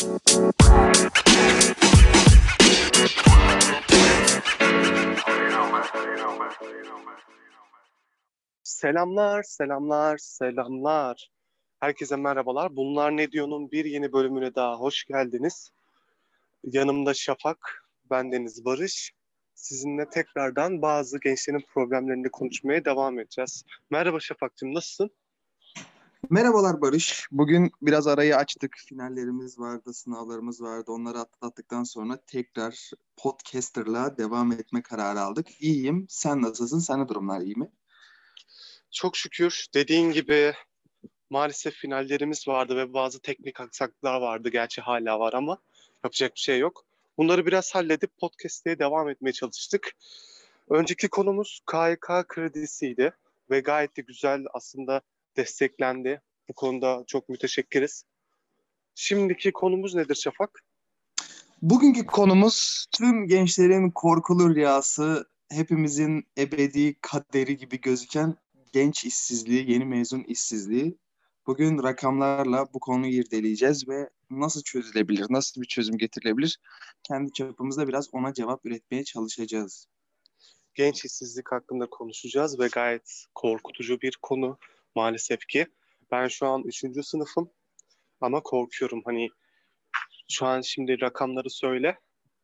Selamlar, selamlar, selamlar. Herkese merhabalar. Bunlar ne diyor'nun bir yeni bölümüne daha hoş geldiniz. Yanımda Şafak, bendeniz Barış. Sizinle tekrardan bazı gençlerin problemlerini konuşmaya devam edeceğiz. Merhaba Şafak'cığım, nasılsın? Merhabalar Barış. Bugün biraz arayı açtık. Finallerimiz vardı, sınavlarımız vardı. Onları atlattıktan sonra tekrar podcaster'la devam etme kararı aldık. İyiyim. Sen nasılsın? Senin durumlar iyi mi? Çok şükür dediğin gibi maalesef finallerimiz vardı ve bazı teknik aksaklıklar vardı. Gerçi hala var ama yapacak bir şey yok. Bunları biraz halledip podcast'e devam etmeye çalıştık. Önceki konumuz KYK kredisiydi ve gayet de güzel aslında desteklendi. Bu konuda çok müteşekkiriz. Şimdiki konumuz nedir Şafak? Bugünkü konumuz tüm gençlerin korkulu rüyası, hepimizin ebedi kaderi gibi gözüken genç işsizliği, yeni mezun işsizliği. Bugün rakamlarla bu konuyu irdeleyeceğiz ve nasıl çözülebilir, nasıl bir çözüm getirilebilir? Kendi çapımızda biraz ona cevap üretmeye çalışacağız. Genç işsizlik hakkında konuşacağız ve gayet korkutucu bir konu maalesef ki. Ben şu an üçüncü sınıfım ama korkuyorum. Hani şu an şimdi rakamları söyle.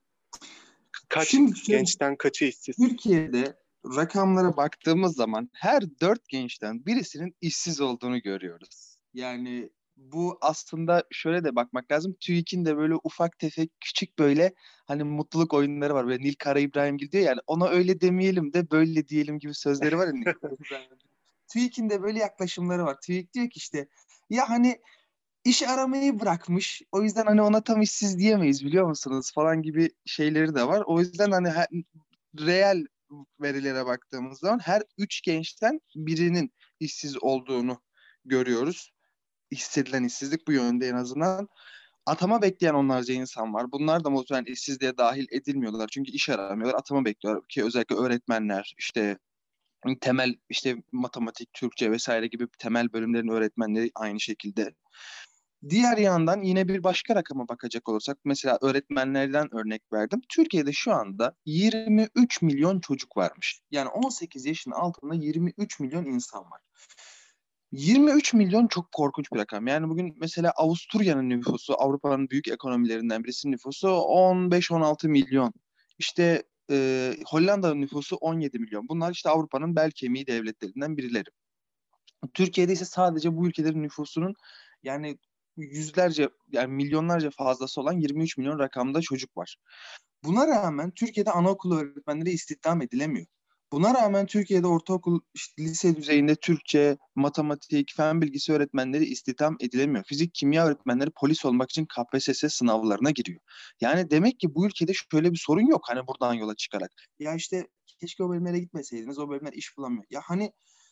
Kaç Şimdi şöyle, gençten kaçı işsiz? Türkiye'de rakamlara baktığımız zaman her 4 gençten birisinin işsiz olduğunu görüyoruz. Yani bu aslında şöyle de bakmak lazım. TÜİK'in de böyle ufak tefek küçük böyle hani mutluluk oyunları var. Böyle Nil Kara İbrahimgil diyor yani ona öyle demeyelim de böyle diyelim gibi sözleri var ya Nil Kara İbrahimgil. TÜİK'in de böyle yaklaşımları var. TÜİK diyor ki işte ya hani iş aramayı bırakmış. O yüzden hani ona tam işsiz diyemeyiz biliyor musunuz falan gibi şeyleri de var. O yüzden hani reel verilere baktığımız zaman her 3 gençten birinin işsiz olduğunu görüyoruz. Hissedilen işsizlik bu yönde en azından. Atama bekleyen onlarca insan var. Bunlar da muhtemelen işsizliğe dahil edilmiyorlar. Çünkü iş aramıyorlar. Atama bekliyorlar ki özellikle öğretmenler, işte temel işte matematik, Türkçe vesaire gibi temel bölümlerin öğretmenleri aynı şekilde. Diğer yandan yine bir başka rakama bakacak olursak mesela öğretmenlerden örnek verdim. Türkiye'de şu anda 23 milyon çocuk varmış. Yani 18 yaşın altında 23 milyon insan var. 23 milyon çok korkunç bir rakam. Yani bugün mesela Avusturya'nın nüfusu, Avrupa'nın büyük ekonomilerinden birisinin nüfusu 15-16 milyon. İşte Hollanda'nın nüfusu 17 milyon. Bunlar işte Avrupa'nın bel kemiği devletlerinden birileri. Türkiye'de ise sadece bu ülkelerin nüfusunun yani yüzlerce yani milyonlarca fazlası olan 23 milyon rakamda çocuk var. Buna rağmen Türkiye'de anaokulu öğretmenleri istihdam edilemiyor. Buna rağmen Türkiye'de ortaokul, işte lise düzeyinde Türkçe, matematik, fen bilgisi öğretmenleri istihdam edilemiyor. Fizik, kimya öğretmenleri polis olmak için KPSS sınavlarına giriyor. Yani demek ki bu ülkede şöyle bir sorun yok hani buradan yola çıkarak. Ya işte keşke o bölümlere gitmeseydiniz, o bölümler iş bulamıyor. Ya hani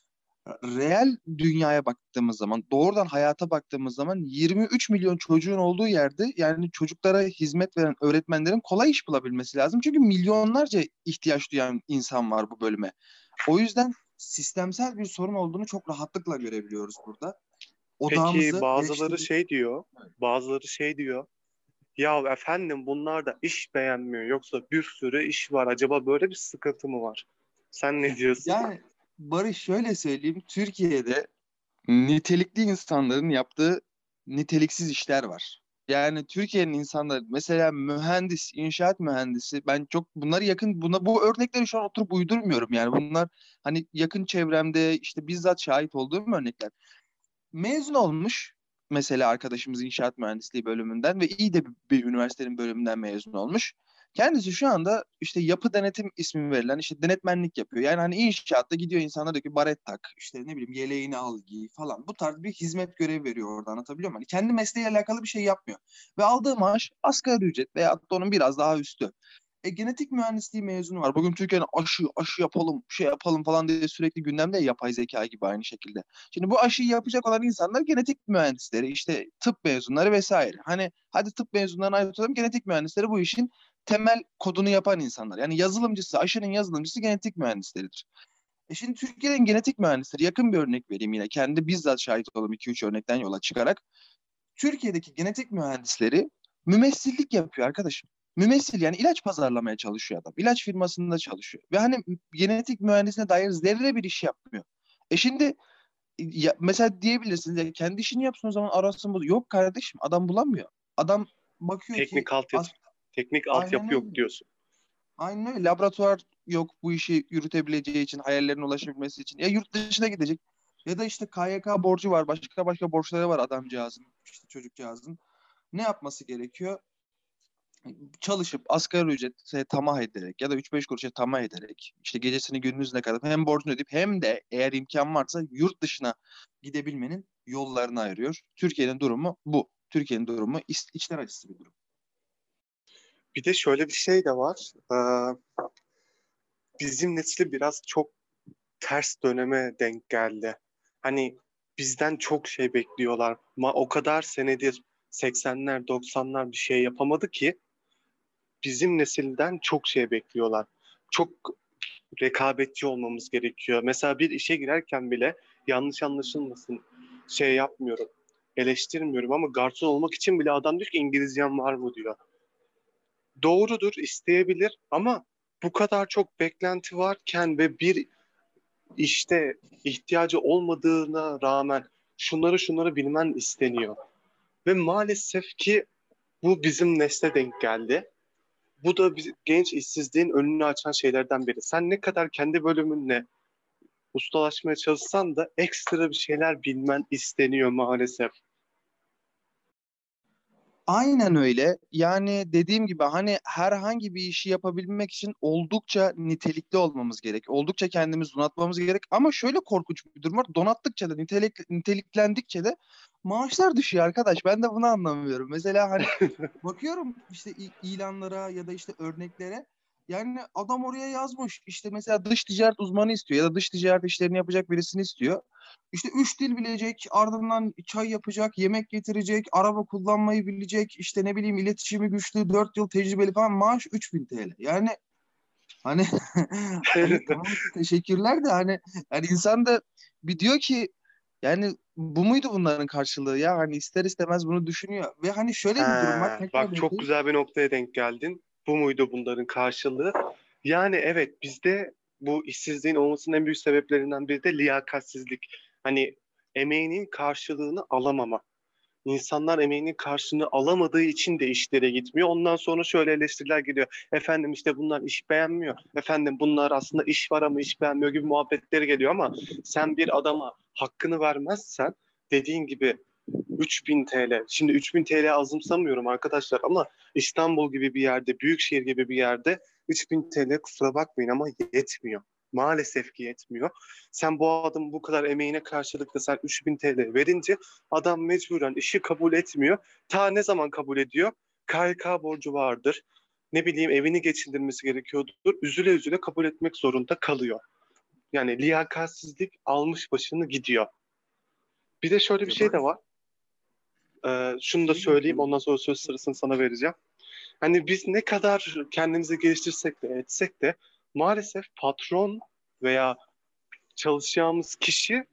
reel dünyaya baktığımız zaman, doğrudan hayata baktığımız zaman 23 milyon çocuğun olduğu yerde yani çocuklara hizmet veren öğretmenlerin kolay iş bulabilmesi lazım. Çünkü milyonlarca ihtiyaç duyan insan var bu bölüme. O yüzden sistemsel bir sorun olduğunu çok rahatlıkla görebiliyoruz burada. Peki Odağımızı bazıları geliştirdik. şey diyor, bazıları şey diyor. Ya efendim bunlar da iş beğenmiyor yoksa bir sürü iş var. Acaba böyle bir sıkıntı mı var? Sen ne diyorsun? Yani Barış şöyle söyleyeyim, Türkiye'de nitelikli insanların yaptığı niteliksiz işler var. Yani Türkiye'nin insanları mesela mühendis, inşaat mühendisi ben çok bunları yakın bu örnekleri şu an oturup uydurmuyorum yani bunlar hani yakın çevremde işte bizzat şahit olduğum örnekler. Mezun olmuş mesela arkadaşımız inşaat mühendisliği bölümünden ve iyi de bir üniversitenin bölümünden mezun olmuş. Kendisi şu anda işte yapı denetim ismi verilen işte denetmenlik yapıyor. Yani hani inşaatta gidiyor insanlar diyor ki baret tak, işte ne bileyim yeleğini al giy falan. Bu tarz bir hizmet görevi veriyor orada anlatabiliyor muyum? Hani kendi mesleğiyle alakalı bir şey yapmıyor. Ve aldığı maaş asgari ücret veya onun biraz daha üstü. Genetik mühendisliği mezunu var. Bugün Türkiye'nin aşı yapalım, şey yapalım falan diye sürekli gündemde yapay zeka gibi aynı şekilde. Şimdi bu aşıyı yapacak olan insanlar genetik mühendisleri, işte tıp mezunları vesaire. Hani hadi tıp mezunlarını ayrıtalım, genetik mühendisleri bu işin temel kodunu yapan insanlar. Yani yazılımcısı, aşının yazılımcısı genetik mühendisleridir. Şimdi Türkiye'nin genetik mühendisleri, yakın bir örnek vereyim yine. Kendi bizzat şahit olduğum 2-3 örnekten yola çıkarak. Türkiye'deki genetik mühendisleri Mümessillik yapıyor arkadaşım. Mümessil yani ilaç pazarlamaya çalışıyor adam. İlaç firmasında çalışıyor. Ve hani genetik mühendisine dair zerre bir iş yapmıyor. Şimdi ya, mesela diyebilirsiniz ya kendi işini yapsın o zaman arasın bu. Yok kardeşim adam bulamıyor. Adam bakıyor ki Teknik altyapı, teknik aynen altyapı öyle. yok diyorsun. Aynen öyle. Laboratuvar yok bu işi yürütebileceği için, hayallerine ulaşabilmesi için. Ya yurt dışına gidecek ya da işte KYK borcu var. Başka borçları var adamcağızın, işte çocukcağızın. Ne yapması gerekiyor? Çalışıp asgari ücrete tamah ederek ya da 3-5 kuruşa tamah ederek işte gecesini gündüzüne kadar hem borcunu ödeyip hem de eğer imkan varsa yurt dışına gidebilmenin yollarını ayırıyor. Türkiye'nin durumu bu. Türkiye'nin durumu içler acısı bir durum. Bir de şöyle bir şey de var. Bizim nesli biraz çok ters döneme denk geldi. Hani bizden çok şey bekliyorlar. O kadar senedir 80'ler 90'lar bir şey yapamadı ki bizim nesilden çok şey bekliyorlar. Çok rekabetçi olmamız gerekiyor. Mesela bir işe girerken bile yanlış anlaşılmasın şey yapmıyorum. Eleştirmiyorum ama garson olmak için bile adam diyor ki İngilizcem var mı diyor. Doğrudur, isteyebilir ama bu kadar çok beklenti varken ve bir işte ihtiyacı olmadığına rağmen şunları bilmen isteniyor. Ve maalesef ki bu bizim nesle denk geldi. Bu da genç işsizliğin önünü açan şeylerden biri. Sen ne kadar kendi bölümünle ustalaşmaya çalışsan da ekstra bir şeyler bilmen isteniyor maalesef. Aynen öyle. Yani dediğim gibi hani herhangi bir işi yapabilmek için oldukça nitelikli olmamız gerek. Oldukça kendimizi donatmamız gerek. Ama şöyle korkunç bir durum var. Donattıkça da niteliklendikçe de maaşlar düşüyor arkadaş. Ben de bunu anlamıyorum. Mesela hani bakıyorum işte ilanlara ya da işte örneklere. Yani adam oraya yazmış. İşte mesela dış ticaret uzmanı istiyor ya da dış ticaret işlerini yapacak birisini istiyor. İşte 3 dil bilecek, ardından çay yapacak, yemek getirecek, araba kullanmayı bilecek, işte ne bileyim iletişimi güçlü, 4 yıl tecrübeli falan maaş 3000 TL. Yani hani hani tamam teşekkürler de hani insan da bir diyor ki yani bu muydu bunların karşılığı ya? Hani ister istemez bunu düşünüyor. Ve hani şöyle bir durum var. Ha, Tekrar bak çok belirteyim. güzel bir noktaya denk geldin. Bu muydu bunların karşılığı? Yani evet bizde bu işsizliğin olmasının en büyük sebeplerinden biri de liyakatsizlik. Hani emeğinin karşılığını alamama. İnsanlar emeğinin karşılığını alamadığı için de işlere gitmiyor. Ondan sonra şöyle eleştiriler geliyor. Efendim işte bunlar iş beğenmiyor. Efendim bunlar aslında iş var ama iş beğenmiyor gibi muhabbetleri geliyor ama sen bir adama hakkını vermezsen dediğin gibi 3000 TL. Şimdi 3000 TL azımsamıyorum arkadaşlar ama İstanbul gibi bir yerde, büyükşehir gibi bir yerde 3000 TL kusura bakmayın ama yetmiyor. Maalesef ki yetmiyor. Sen bu adamın bu kadar emeğine karşılık da sen 3000 TL verince adam mecburen işi kabul etmiyor. Ta ne zaman kabul ediyor? KYK borcu vardır. Ne bileyim evini geçindirmesi gerekiyordur. Üzüle üzüle kabul etmek zorunda kalıyor. Yani liyakatsizlik almış başını gidiyor. Bir de şöyle bir Ya şey de Barış var. Şunu da şeyi söyleyeyim, bekliyorum. ondan sonra söz sırasını sana vereceğim. Hani biz ne kadar kendimizi geliştirsek de etsek de maalesef patron veya çalışacağımız kişi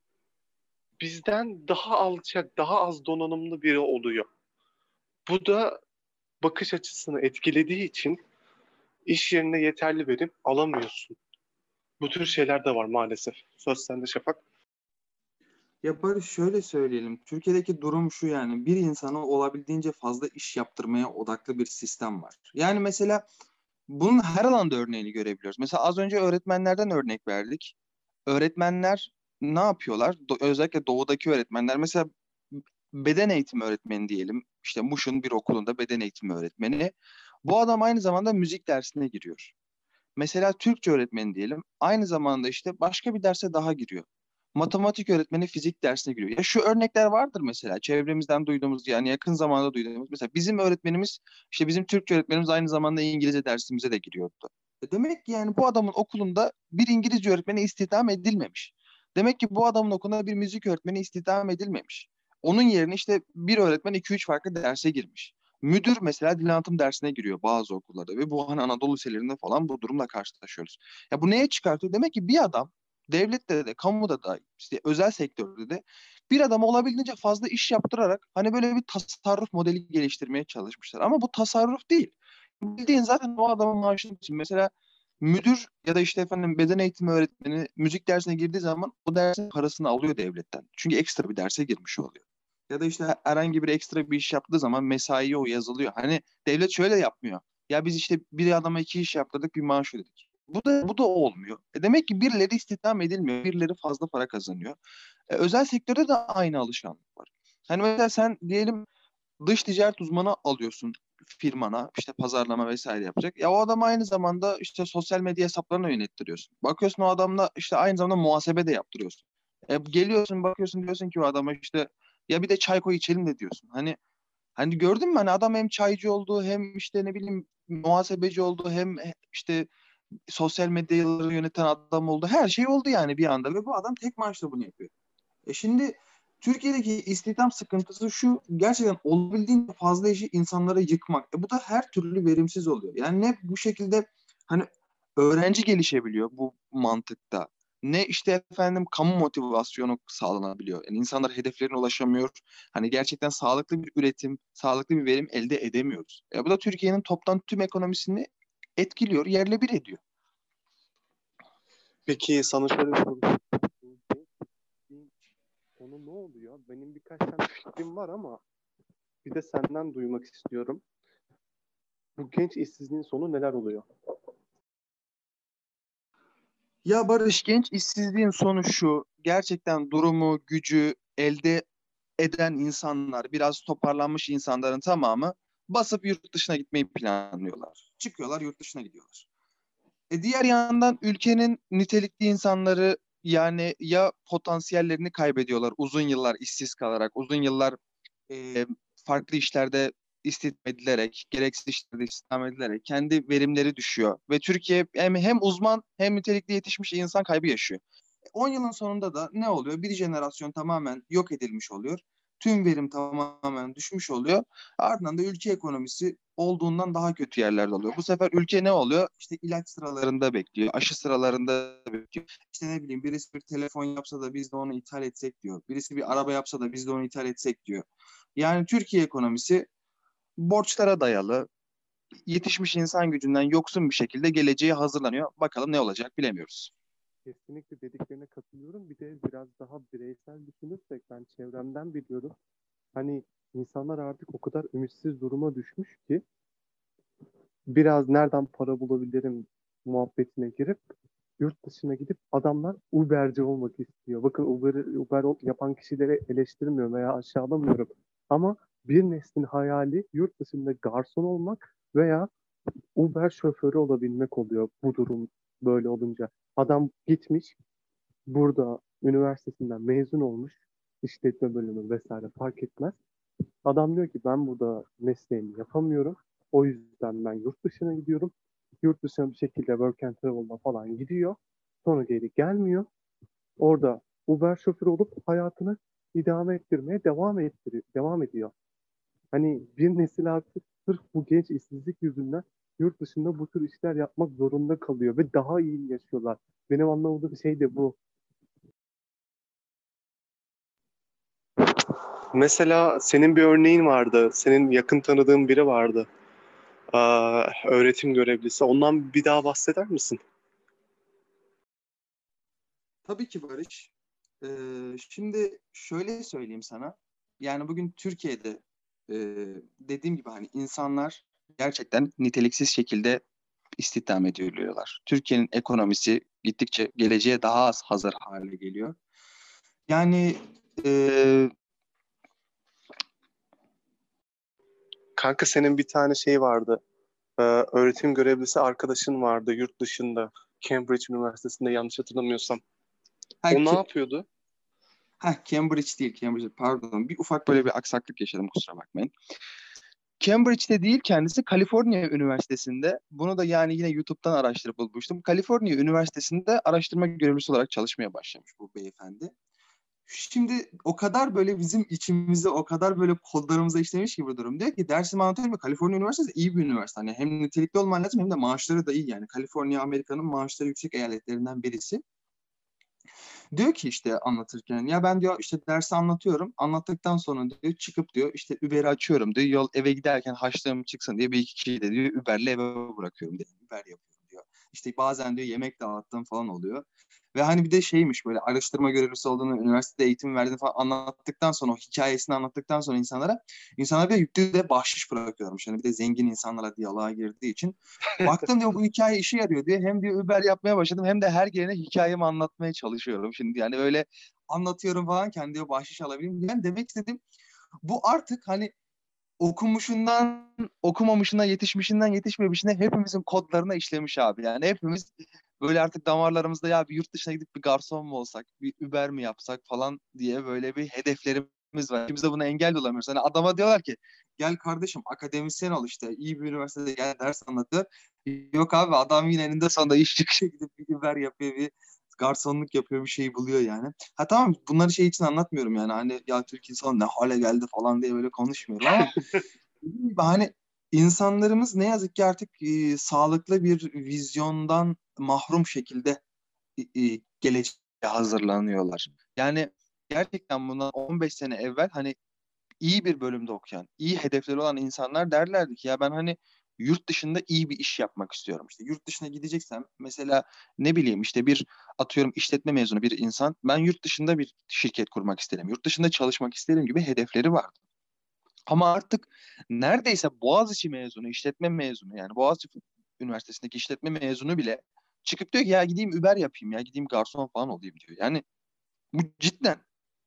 bizden daha alçak, daha az donanımlı biri oluyor. Bu da bakış açısını etkilediği için iş yerine yeterli verim alamıyorsun. Bu tür şeyler de var maalesef. Söz sende Şafak. Ya Barış şöyle söyleyelim. Türkiye'deki durum şu yani bir insana olabildiğince fazla iş yaptırmaya odaklı bir sistem var. Yani mesela bunun her alanda örneğini görebiliyoruz. Mesela az önce öğretmenlerden örnek verdik. Öğretmenler ne yapıyorlar? Özellikle doğudaki öğretmenler mesela beden eğitimi öğretmeni diyelim. İşte Muş'un bir okulunda beden eğitimi öğretmeni. Bu adam aynı zamanda müzik dersine giriyor. Mesela Türkçe öğretmeni diyelim. Aynı zamanda işte başka bir derse daha giriyor. Matematik öğretmeni fizik dersine giriyor. Ya şu örnekler vardır mesela çevremizden duyduğumuz yani yakın zamanda duyduğumuz. Mesela bizim öğretmenimiz işte bizim Türkçe öğretmenimiz aynı zamanda İngilizce dersimize de giriyordu. Demek ki yani bu adamın okulunda bir İngilizce öğretmeni istihdam edilmemiş. Demek ki bu adamın okulunda bir müzik öğretmeni istihdam edilmemiş. Onun yerine işte bir öğretmen iki üç farklı derse girmiş. Müdür mesela dil anlatım dersine giriyor bazı okullarda ve bu hani Anadolu liselerinde falan bu durumla karşılaşıyoruz. Ya bu neye çıkartıyor? Demek ki bir adam devlette de, kamuda da, işte özel sektörde de bir adama olabildiğince fazla iş yaptırarak hani böyle bir tasarruf modeli geliştirmeye çalışmışlar. Ama bu tasarruf değil. Bildiğin zaten o adamın maaşını için. Mesela müdür ya da işte efendim beden eğitimi öğretmeni müzik dersine girdiği zaman o dersin parasını alıyor devletten. Çünkü ekstra bir derse girmiş oluyor. Ya da işte herhangi bir ekstra bir iş yaptığı zaman mesaiye o yazılıyor. Hani devlet şöyle yapmıyor. Ya biz işte bir adama iki iş yaptırdık, bir maaş ödedik. Bu da olmuyor. Demek ki birileri istihdam edilmiyor. Birileri fazla para kazanıyor. Özel sektörde de aynı alışkanlık var. Hani mesela sen diyelim dış ticaret uzmanı alıyorsun firmana, işte pazarlama vesaire yapacak. Ya o adam aynı zamanda işte sosyal medya hesaplarını yönettiriyorsun. Bakıyorsun o adamla işte aynı zamanda muhasebe de yaptırıyorsun. Geliyorsun bakıyorsun diyorsun ki o adama işte ya bir de çay koy içelim de diyorsun. Hani gördün mü, hani adam hem çaycı oldu, hem işte ne bileyim muhasebeci oldu, hem işte sosyal medyaları yöneten adam oldu. Her şey oldu yani bir anda ve bu adam tek maaşla bunu yapıyor. Şimdi Türkiye'deki istihdam sıkıntısı şu: gerçekten olabildiğince fazla işi insanlara yıkmak. Bu da her türlü verimsiz oluyor. Yani ne bu şekilde hani öğrenci gelişebiliyor bu mantıkta, ne işte efendim kamu motivasyonu sağlanabiliyor. Yani insanlar hedeflerine ulaşamıyor. Hani gerçekten sağlıklı bir üretim, sağlıklı bir verim elde edemiyoruz. Bu da Türkiye'nin toptan tüm ekonomisini etkiliyor, yerle bir ediyor. Peki sana şöyle bir soru sorayım. Konu ne oluyor? Benim birkaç tane fikrim var ama bir de senden duymak istiyorum. Bu genç işsizliğin sonu neler oluyor? Ya Barış, genç işsizliğin sonu şu: gerçekten durumu, gücü elde eden insanlar, biraz toparlanmış insanların tamamı basıp yurt dışına gitmeyi planlıyorlar. Çıkıyorlar, yurt dışına gidiyorlar. Diğer yandan ülkenin nitelikli insanları yani ya potansiyellerini kaybediyorlar uzun yıllar işsiz kalarak, uzun yıllar e, farklı işlerde istihdam edilerek, gereksiz işlerde istihdam edilerek kendi verimleri düşüyor. Ve Türkiye hem uzman hem nitelikli yetişmiş insan kaybı yaşıyor. 10 yılın sonunda da ne oluyor? Bir jenerasyon tamamen yok edilmiş oluyor. Tüm verim tamamen düşmüş oluyor. Ardından da ülke ekonomisi olduğundan daha kötü yerlerde oluyor. Bu sefer ülke ne oluyor? İşte ilaç sıralarında bekliyor, aşı sıralarında bekliyor. İşte ne bileyim, birisi bir telefon yapsa da biz de onu ithal etsek diyor. Birisi bir araba yapsa da biz de onu ithal etsek diyor. Yani Türkiye ekonomisi borçlara dayalı, yetişmiş insan gücünden yoksun bir şekilde geleceğe hazırlanıyor. Bakalım ne olacak bilemiyoruz. Kesinlikle dediklerine katılıyorum. Bir de biraz daha bireysel düşünürsek ben çevremden biliyorum. Hani insanlar artık o kadar ümitsiz duruma düşmüş ki biraz nereden para bulabilirim muhabbetine girip yurt dışına gidip adamlar Uber'ci olmak istiyor. Bakın Uber yapan kişileri eleştirmiyorum veya aşağılamıyorum. Ama bir neslin hayali yurt dışında garson olmak veya Uber şoförü olabilmek oluyor bu durum böyle olunca. Adam gitmiş burada üniversitesinden mezun olmuş, işletme bölümü vesaire fark etmez. Adam diyor ki ben burada mesleğimi yapamıyorum. O yüzden ben yurt dışına gidiyorum. Yurt dışına bir şekilde work and travel'la falan gidiyor. Sonra geri gelmiyor. Orada Uber şoförü olup hayatını idame ettirmeye devam ediyor. Hani bir nesil artık sırf bu genç işsizlik yüzünden yurt dışında bu tür işler yapmak zorunda kalıyor ve daha iyi yaşıyorlar. Benim anlamadığım şey de bu. Mesela senin bir örneğin vardı. Senin yakın tanıdığın biri vardı. Öğretim görevlisi. Ondan bir daha bahseder misin? Tabii ki Barış. Şimdi şöyle söyleyeyim sana. Yani bugün Türkiye'de e, dediğim gibi hani insanlar gerçekten niteliksiz şekilde istihdam ediliyorlar. Türkiye'nin ekonomisi gittikçe geleceğe daha az hazır hale geliyor. Yani e, Kanka senin bir tane şey vardı. Öğretim görevlisi arkadaşın vardı yurt dışında. Cambridge Üniversitesi'nde yanlış hatırlamıyorsam. ha, O ne Ke- yapıyordu? Cambridge değil, Cambridge, pardon. Bir ufak böyle bir aksaklık yaşadım, kusura bakmayın. Cambridge'de değil kendisi, Kaliforniya Üniversitesi'nde. Bunu da yani yine YouTube'dan araştırıp bulmuştum. Kaliforniya Üniversitesi'nde araştırma görevlisi olarak çalışmaya başlamış bu beyefendi. Şimdi o kadar böyle bizim içimize, o kadar böyle kodlarımıza işlemiş gibi durum. Diyor ki dersimi anlatıyorum ve Kaliforniya Üniversitesi iyi bir üniversite. Hani hem nitelikli olman lazım hem de maaşları da iyi yani. Kaliforniya Amerika'nın maaşları yüksek eyaletlerinden birisi. Diyor ki işte anlatırken ya ben diyor işte dersi anlatıyorum. Anlattıktan sonra diyor çıkıp diyor işte Uber'i açıyorum diyor. Yol eve giderken harçlığım çıksın diye bir iki kişiyi de diyor Uber'le eve bırakıyorum diyor. Uber yapıyorum diyor. İşte bazen diyor yemek dağıttığım falan oluyor. Ve hani bir de şeymiş böyle araştırma görevlisi olduğunu, üniversitede eğitim verdiğini falan anlattıktan sonra, o hikayesini anlattıktan sonra insanlara bir yüklü de bahşiş bırakıyormuş. Yani bir de zengin insanlara diyaloğa girdiği için. Baktım diyor bu hikaye işe yarıyor diye. Hem diyor Uber yapmaya başladım hem de her gelene hikayemi anlatmaya çalışıyorum şimdi. Yani öyle anlatıyorum falan kendi diyor bahşiş alabileyim. Yani demek istedim bu artık hani okumuşundan, okumamışından, yetişmişinden, yetişmemişine hepimizin kodlarına işlemiş abi. Yani hepimiz böyle artık damarlarımızda ya bir yurt dışına gidip bir garson mu olsak, bir Uber mi yapsak falan diye böyle bir hedeflerimiz var. Kimse de buna engel de olamıyoruz. Hani adama diyorlar ki gel kardeşim akademisyen ol işte iyi bir üniversitede gel ders anlatıyor. Yok abi adam yine eninde sonunda iş çıkışı gidip bir Uber yapıyor, bir garsonluk yapıyor, bir şey buluyor yani. Ha tamam bunları şey için anlatmıyorum yani hani ya Türk insanı ne hale geldi falan diye böyle konuşmuyorum ama dediğim gibi hani insanlarımız ne yazık ki artık sağlıklı bir vizyondan mahrum şekilde geleceğe hazırlanıyorlar. Yani gerçekten bundan 15 sene evvel hani iyi bir bölümde okuyan, iyi hedefleri olan insanlar derlerdi ki ya ben hani yurt dışında iyi bir iş yapmak istiyorum. İşte yurt dışına gideceksem mesela ne bileyim işte bir atıyorum işletme mezunu bir insan ben yurt dışında bir şirket kurmak isterim. Yurt dışında çalışmak isterim gibi hedefleri var. Ama artık neredeyse Boğaziçi mezunu, işletme mezunu yani Boğaziçi Üniversitesi'ndeki işletme mezunu bile çıkıp diyor ki ya gideyim Uber yapayım ya gideyim garson falan olayım diyor. Yani bu cidden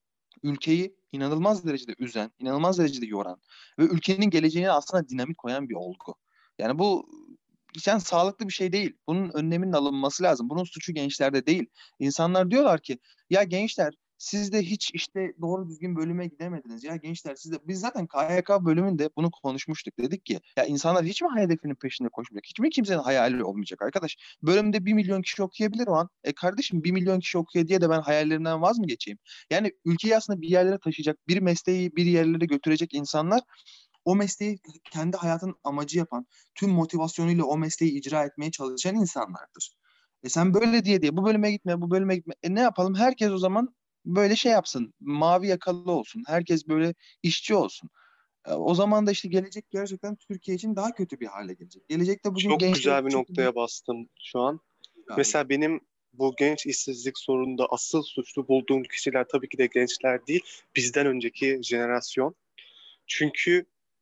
ülkeyi inanılmaz derecede üzen, inanılmaz derecede yoran ve ülkenin geleceğine aslında dinamik koyan bir olgu. Yani bu yani sağlıklı bir şey değil. Bunun önleminin alınması lazım. Bunun suçu gençlerde değil. İnsanlar diyorlar ki ya gençler siz de hiç işte doğru düzgün bölüme gidemediniz. Ya gençler siz de biz zaten KYK bölümünde bunu konuşmuştuk. Dedik ki ya insanlar hiç mi hedefinin peşinde koşmayacak? Hiç mi kimsenin hayali olmayacak arkadaş? Bölümde 1 milyon kişi okuyabilir o an. Kardeşim 1 milyon kişi okuyor diye de ben hayallerimden vaz mı geçeyim? Yani ülkeyi aslında bir yerlere taşıyacak, bir mesleği bir yerlere götürecek insanlar o mesleği kendi hayatın amacı yapan, tüm motivasyonuyla o mesleği icra etmeye çalışan insanlardır. Sen böyle diye bu bölüme gitme, bu bölüme gitme. Ne yapalım? Herkes o zaman böyle şey yapsın. Mavi yakalı olsun. Herkes böyle işçi olsun. O zaman da işte gelecek gerçekten Türkiye için daha kötü bir hale gelecek. Gelecekte bugün Çok gençler güzel bir çok noktaya bastım şu an. abi. Mesela benim bu genç işsizlik sorununda asıl suçlu bulduğum kişiler tabii ki de gençler değil, bizden önceki jenerasyon. Çünkü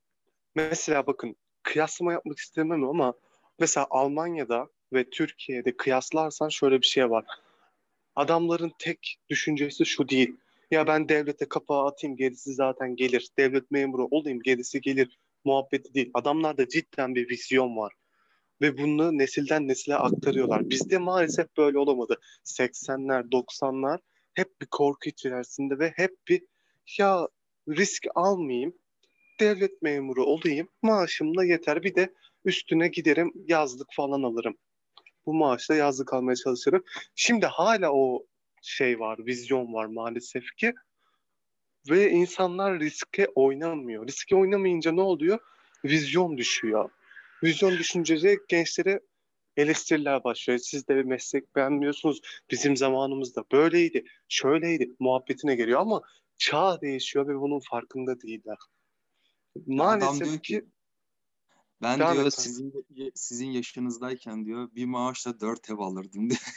mesela bakın kıyaslama yapmak istemem ama mesela Almanya'da ve Türkiye'de kıyaslarsan şöyle bir şey var. Adamların tek düşüncesi şu değil. Ya ben devlete kapağı atayım gerisi zaten gelir. Devlet memuru olayım gerisi gelir muhabbeti değil. Adamlarda cidden bir vizyon var. Ve bunu nesilden nesile aktarıyorlar. Bizde maalesef böyle olamadı. 80'ler, 90'lar hep bir korku içerisinde ve hep bir ya risk almayayım, devlet memuru olayım, maaşım da yeter. Bir de üstüne giderim yazlık falan alırım. Bu maaşla yazlık almaya çalışırım. Şimdi hala o şey var, vizyon var maalesef ki. Ve insanlar riske oynamıyor. Riske oynamayınca ne oluyor? Vizyon düşüyor. Vizyon düşünce gençlere eleştiriler başlıyor. Siz de bir meslek beğenmiyorsunuz. Bizim zamanımızda böyleydi, şöyleydi muhabbetine geliyor ama çağ değişiyor ve bunun farkında değiller. Adam Maalesef diyor ki ki ben devam diyor et kanka. sizin yaşınızdayken diyor bir maaşla 4 ev alırdım diyor.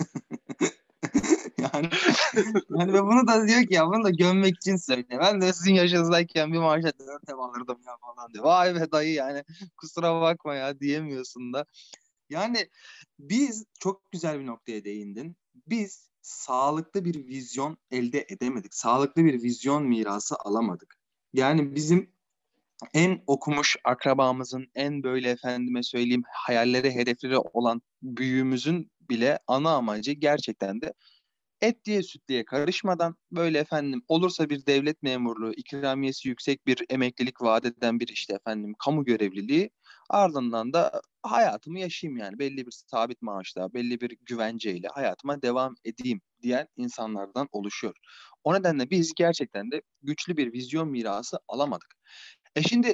Yani yani ve bunu da diyor ki ya bunu da gömmek için söyle. Ben de sizin yaşınızdayken bir maaşa 4 ev alırdım ya falan diyor. Vay be dayı yani kusura bakma ya diyemiyorsun da. Yani biz çok güzel bir noktaya değindin. Biz sağlıklı bir vizyon elde edemedik. Sağlıklı bir vizyon mirası alamadık. Yani bizim en okumuş akrabamızın en böyle efendime söyleyeyim hayalleri hedefleri olan büyüğümüzün bile ana amacı gerçekten de etliye sütlüye karışmadan böyle efendim olursa bir devlet memurluğu, ikramiyesi yüksek bir emeklilik vaat eden bir işte efendim kamu görevliliği ardından da hayatımı yaşayayım yani belli bir sabit maaşla, belli bir güvenceyle hayatıma devam edeyim diyen insanlardan oluşuyor. O nedenle biz gerçekten de güçlü bir vizyon mirası alamadık. Şimdi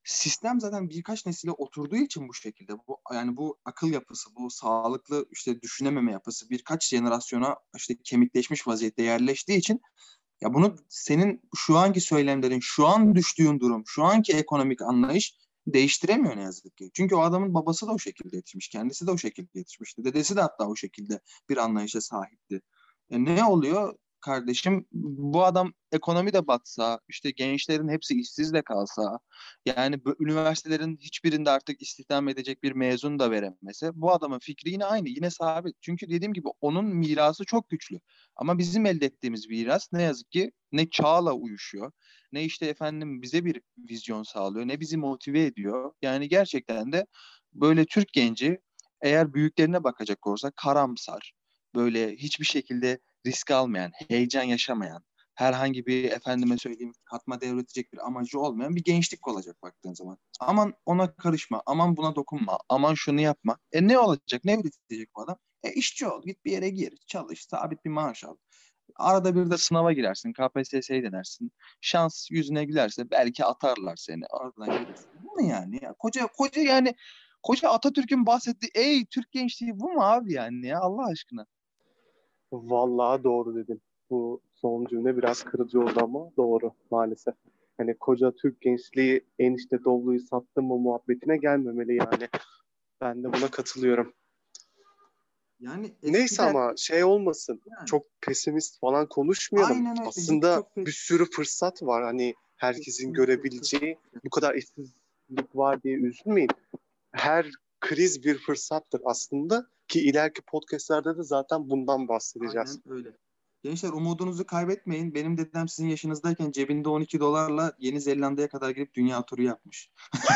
sistem zaten birkaç nesile oturduğu için bu şekilde, bu yani bu akıl yapısı, bu sağlıklı işte düşünememe yapısı birkaç jenerasyona işte kemikleşmiş vaziyette yerleştiği için ya bunu senin şu anki söylemlerin, şu an düştüğün durum, şu anki ekonomik anlayış değiştiremiyor ne yazık ki. Çünkü o adamın babası da o şekilde yetişmiş, kendisi de o şekilde yetişmişti. Dedesi de hatta o şekilde bir anlayışa sahipti. Ne oluyor kardeşim? Bu adam ekonomi de batsa, işte gençlerin hepsi işsiz de kalsa, yani bu üniversitelerin hiçbirinde artık istihdam edecek bir mezun da veremese, bu adamın fikri yine aynı, yine sabit. Çünkü dediğim gibi onun mirası çok güçlü. Ama bizim elde ettiğimiz miras ne yazık ki ne çağla uyuşuyor, ne işte efendim bize bir vizyon sağlıyor, ne bizi motive ediyor. Yani gerçekten de böyle Türk genci eğer büyüklerine bakacak olursa karamsar, böyle hiçbir şekilde risk almayan, heyecan yaşamayan, herhangi bir efendime söyleyeyim katma değer üretecek bir amacı olmayan bir gençlik olacak baktığın zaman. Aman ona karışma, aman buna dokunma, aman şunu yapma. Ne olacak, ne üretecek bu adam? İşçi ol, git bir yere gir, çalış, sabit bir maaş al. Arada bir de sınava girersin, KPSS'yi denersin. Şans yüzüne gülerse belki atarlar seni. Oradan gelirsin. Bu mu yani? Ya, koca yani koca Atatürk'ün bahsettiği ey Türk gençliği bu mu abi yani ya Allah aşkına? Vallahi doğru dedin. Bu son cümle biraz kırıcı oldu ama doğru maalesef. Hani koca Türk gençliği enişte Doblo'yu sattı mı muhabbetine gelmemeli yani. Ben de buna katılıyorum. Yani Neyse eskiden ama şey olmasın. yani Çok pesimist falan konuşmayalım. aynen öyle hiç Aslında çok bir sürü fırsat var. Hani herkesin kesinlikle görebileceği bu kadar işsizlik var diye üzülmeyin. Her kriz bir fırsattır aslında ki ileriki podcastlerde de zaten bundan bahsedeceğiz. aynen öyle. Gençler umudunuzu kaybetmeyin. Benim dedem sizin yaşınızdayken cebinde 12 dolarla Yeni Zelanda'ya kadar gidip dünya turu yapmış.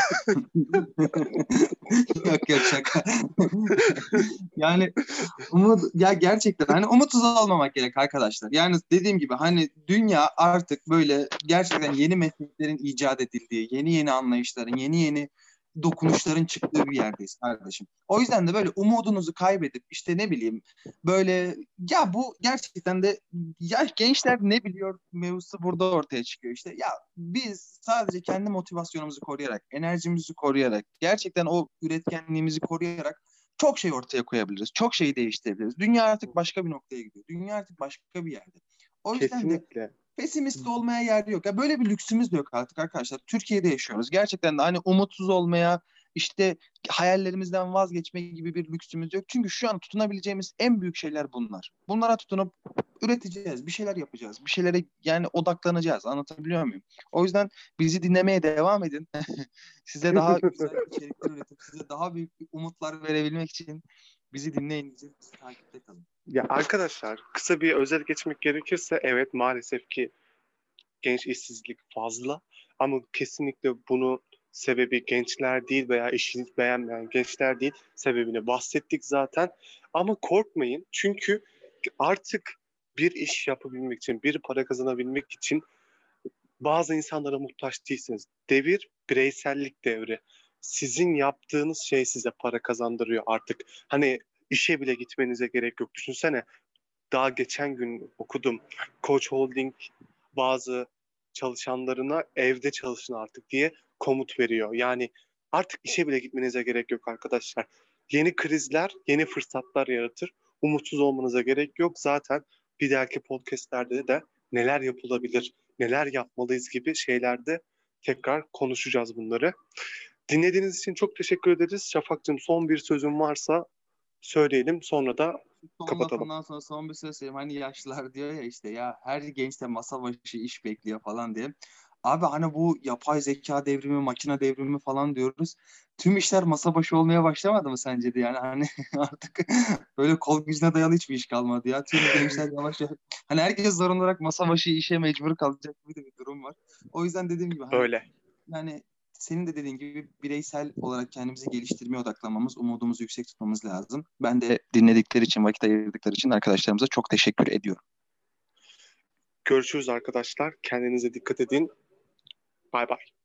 Yok yok şaka. Yani ya gerçekten hani umutsuz olmamak gerek arkadaşlar. Yani dediğim gibi hani dünya artık böyle gerçekten yeni mesleklerin icat edildiği, yeni anlayışların, yeni dokunuşların çıktığı bir yerdeyiz kardeşim. O yüzden de böyle umudunuzu kaybedip işte ne bileyim böyle ya bu gerçekten de ya gençler ne biliyor mevzusu burada ortaya çıkıyor işte. Ya biz sadece kendi motivasyonumuzu koruyarak, enerjimizi koruyarak, gerçekten o üretkenliğimizi koruyarak çok şey ortaya koyabiliriz. Çok şeyi değiştirebiliriz. Dünya artık başka bir noktaya gidiyor. Dünya artık başka bir yerde. O yüzden de Kesinlikle. pesimist olmaya yer yok. Ya böyle bir lüksümüz de yok artık arkadaşlar. Türkiye'de yaşıyoruz. Gerçekten de hani umutsuz olmaya, işte hayallerimizden vazgeçme gibi bir lüksümüz yok. Çünkü şu an tutunabileceğimiz en büyük şeyler bunlar. Bunlara tutunup üreteceğiz, bir şeyler yapacağız, bir şeylere yani odaklanacağız. Anlatabiliyor muyum? O yüzden bizi dinlemeye devam edin. Size daha güzel içerikler üretip size daha büyük umutlar verebilmek için bizi dinleyin, bizi takipte kalın. Ya arkadaşlar kısa bir özet geçmek gerekirse evet maalesef ki genç işsizlik fazla ama kesinlikle bunun sebebi gençler değil veya işini beğenmeyen gençler değil. Sebebini bahsettik zaten. Ama korkmayın çünkü artık bir iş yapabilmek için, bir para kazanabilmek için bazı insanlara muhtaç değilsiniz. Devir bireysellik devri. Sizin yaptığınız şey size para kazandırıyor artık. Hani işe bile gitmenize gerek yok. Düşünsene daha geçen gün okudum. Koç Holding bazı çalışanlarına evde çalışın artık diye komut veriyor. Yani artık işe bile gitmenize gerek yok arkadaşlar. Yeni krizler, yeni fırsatlar yaratır. Umutsuz olmanıza gerek yok. Zaten bir dahaki podcastlerde de neler yapılabilir, neler yapmalıyız gibi şeylerde tekrar konuşacağız bunları. Dinlediğiniz için çok teşekkür ederiz. Şafakcığım son bir sözün varsa söyleyelim sonra da Son kapatalım. lafından sonra son bir söz söyleyeyim. Hani yaşlılar diyor ya işte ya her gençte masa başı iş bekliyor falan diye. Abi hani bu yapay zeka devrimi, makine devrimi falan diyoruz. Tüm işler masa başı olmaya başlamadı mı sence de yani hani artık böyle kol gücüne dayalı hiçbir iş kalmadı ya. Tüm gençler yavaş yavaş hani herkes zorunlu olarak masa başı işe mecbur kalacak gibi de bir durum var. O yüzden dediğim gibi hani Öyle. yani senin de dediğin gibi bireysel olarak kendimizi geliştirmeye odaklanmamız, umudumuzu yüksek tutmamız lazım. Ben de dinledikleri için, vakit ayırdıkları için arkadaşlarımıza çok teşekkür ediyorum. Görüşürüz arkadaşlar. Kendinize dikkat edin. Bay bay.